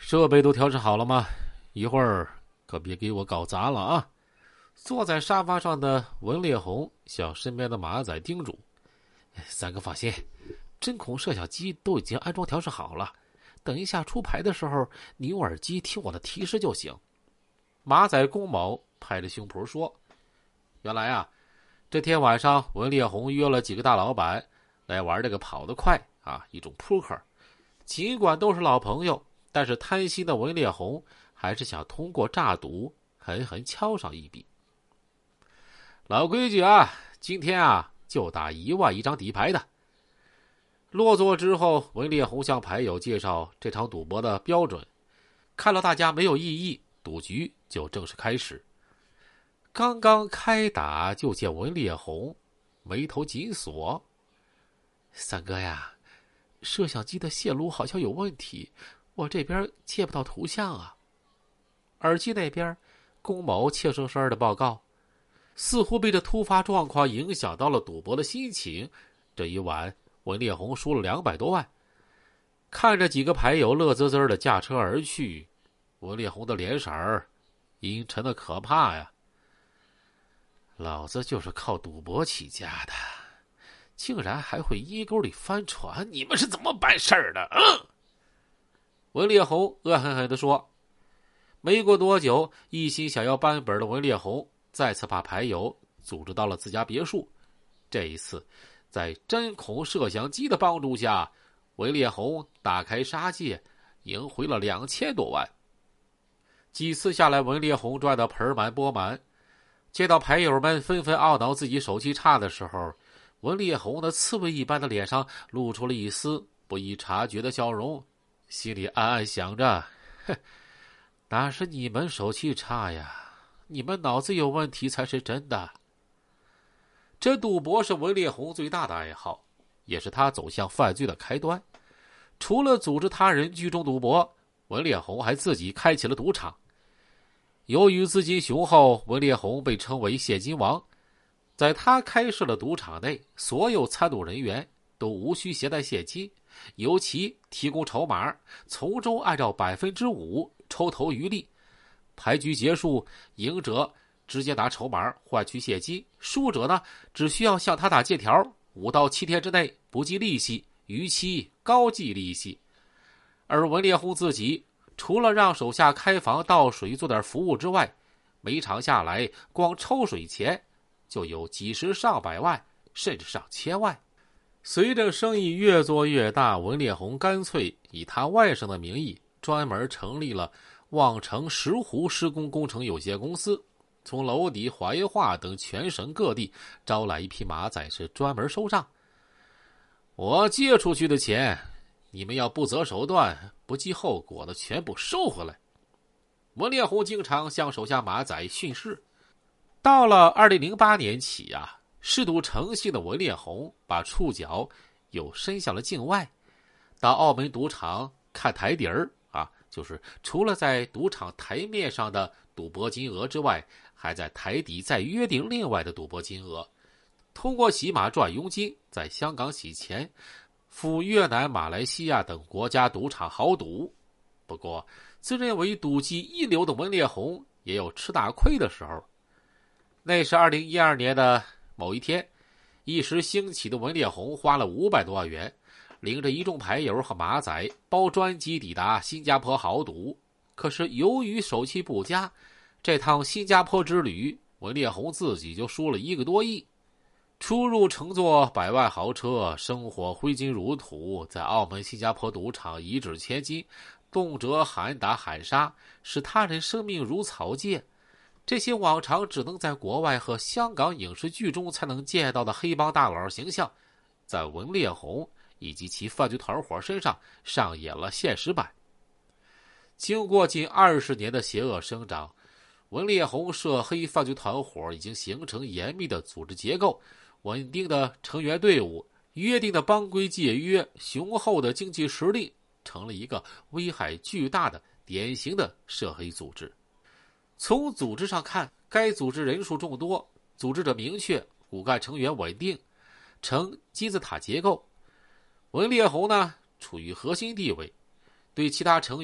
设备都调试好了吗？一会儿可别给我搞砸了啊！坐在沙发上的文烈红向身边的马仔叮嘱：“三哥放心，针孔摄像机都已经安装调试好了，等一下出牌的时候，你用耳机听我的提示就行。”马仔龚某拍着胸脯说：“原来啊，这天晚上文烈红约了几个大老板来玩这个跑得快啊，一种扑克。尽管都是老朋友，但是贪心的文烈红还是想通过诈赌狠狠敲上一笔。老规矩啊，今天啊就打1万一张底牌的。”落座之后，文烈红向牌友介绍这场赌博的标准，看到大家没有异议，赌局就正式开始。刚刚开打，就见文烈红眉头紧锁：“三哥呀，摄像机的线路好像有问题，我这边接不到图像啊。”耳机那边，龚某怯生生的报告，似乎被这突发状况影响到了赌博的心情。这一晚，文烈红输了200多万。看着几个牌友乐滋滋的驾车而去，文烈红的脸色儿阴沉的可怕呀。老子就是靠赌博起家的，竟然还会阴沟里翻船，你们是怎么办事儿的啊？文烈红恶狠狠地说。没过多久，一心想要扳本的文烈红再次把牌友组织到了自家别墅。这一次，在针孔摄像机的帮助下，文烈红大开杀戒，赢回了2000多万。几次下来，文烈红赚得盆满钵满。见到牌友们纷纷懊恼自己手气差的时候，文烈红的刺猬一般的脸上露出了一丝不易察觉的笑容，心里暗暗想着：哼，哪是你们手气差呀，你们脑子有问题才是真的。这赌博是文烈红最大的爱好，也是他走向犯罪的开端。除了组织他人聚众赌博，文烈红还自己开启了赌场。由于资金雄厚，文烈红被称为现金王。在他开设的赌场内，所有参赌人员都无需携带现金，由其提供筹码，从中按照5%抽头渔利。牌局结束，赢者直接拿筹码换取现金，输者呢只需要向他打借条，5到7天之内不计利息，逾期高计利息。而文烈红自己除了让手下开房倒水做点服务之外，每场下来光抽水钱就有几十上百万，甚至上千万。随着生意越做越大，文烈红干脆以他外甥的名义专门成立了望城石湖施工工程有限公司，从娄底、怀化等全省各地招来一批马仔，是专门收账。我借出去的钱，你们要不择手段、不计后果的全部收回来。文烈红经常向手下马仔训示。到了2008年起啊，嗜赌成性的文烈红把触角又伸向了境外，到澳门赌场看台底儿啊，就是除了在赌场台面上的赌博金额之外，还在台底再约定另外的赌博金额，通过洗马赚佣金，在香港洗钱，赴越南、马来西亚等国家赌场豪赌。不过，自认为赌技一流的文烈红也有吃大亏的时候。那是2012年的某一天，一时兴起的文烈红花了500多万元，领着一众牌友和马仔包专机抵达新加坡豪赌。可是由于手气不佳，这趟新加坡之旅，文烈红自己就输了1个多亿。出入乘坐100万豪车，生活挥金如土，在澳门、新加坡赌场一掷千金，动辄喊打喊杀，使他人生命如草芥。这些往常只能在国外和香港影视剧中才能见到的黑帮大佬形象，在文烈红以及其犯罪团伙身上上演了现实版。经过近20年的邪恶生长，文烈红涉黑犯罪团伙已经形成严密的组织结构，稳定的成员队伍，约定的帮规戒约，雄厚的经济实力，成了一个危害巨大的典型的涉黑组织。从组织上看，该组织人数众多，组织者明确，骨干成员稳定，呈金字塔结构。文烈红呢，处于核心地位，对其他成员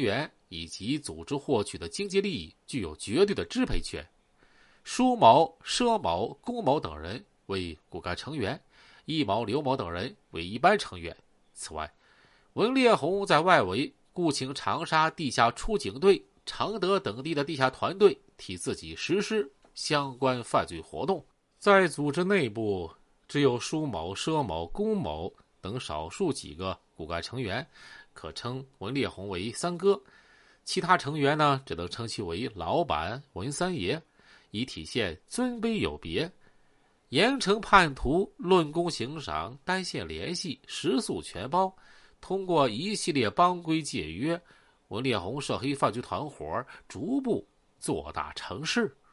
以及组织获取的经济利益具有绝对的支配权。舒某、佘某、龚某等人为骨干成员，易某、刘某等人为一般成员。此外，文烈红在外围雇请长沙地下出警队、常德等地的地下团队，替自己实施相关犯罪活动。在组织内部，只有舒某、佘某、龚某等少数几个骨干成员可称文烈红为三哥，其他成员呢，只能称其为老板、文三爷，以体现尊卑有别。严惩叛徒，论功行赏，单线联系，食宿全包。通过一系列帮规戒约，文烈红涉黑犯罪团伙逐步做大成势。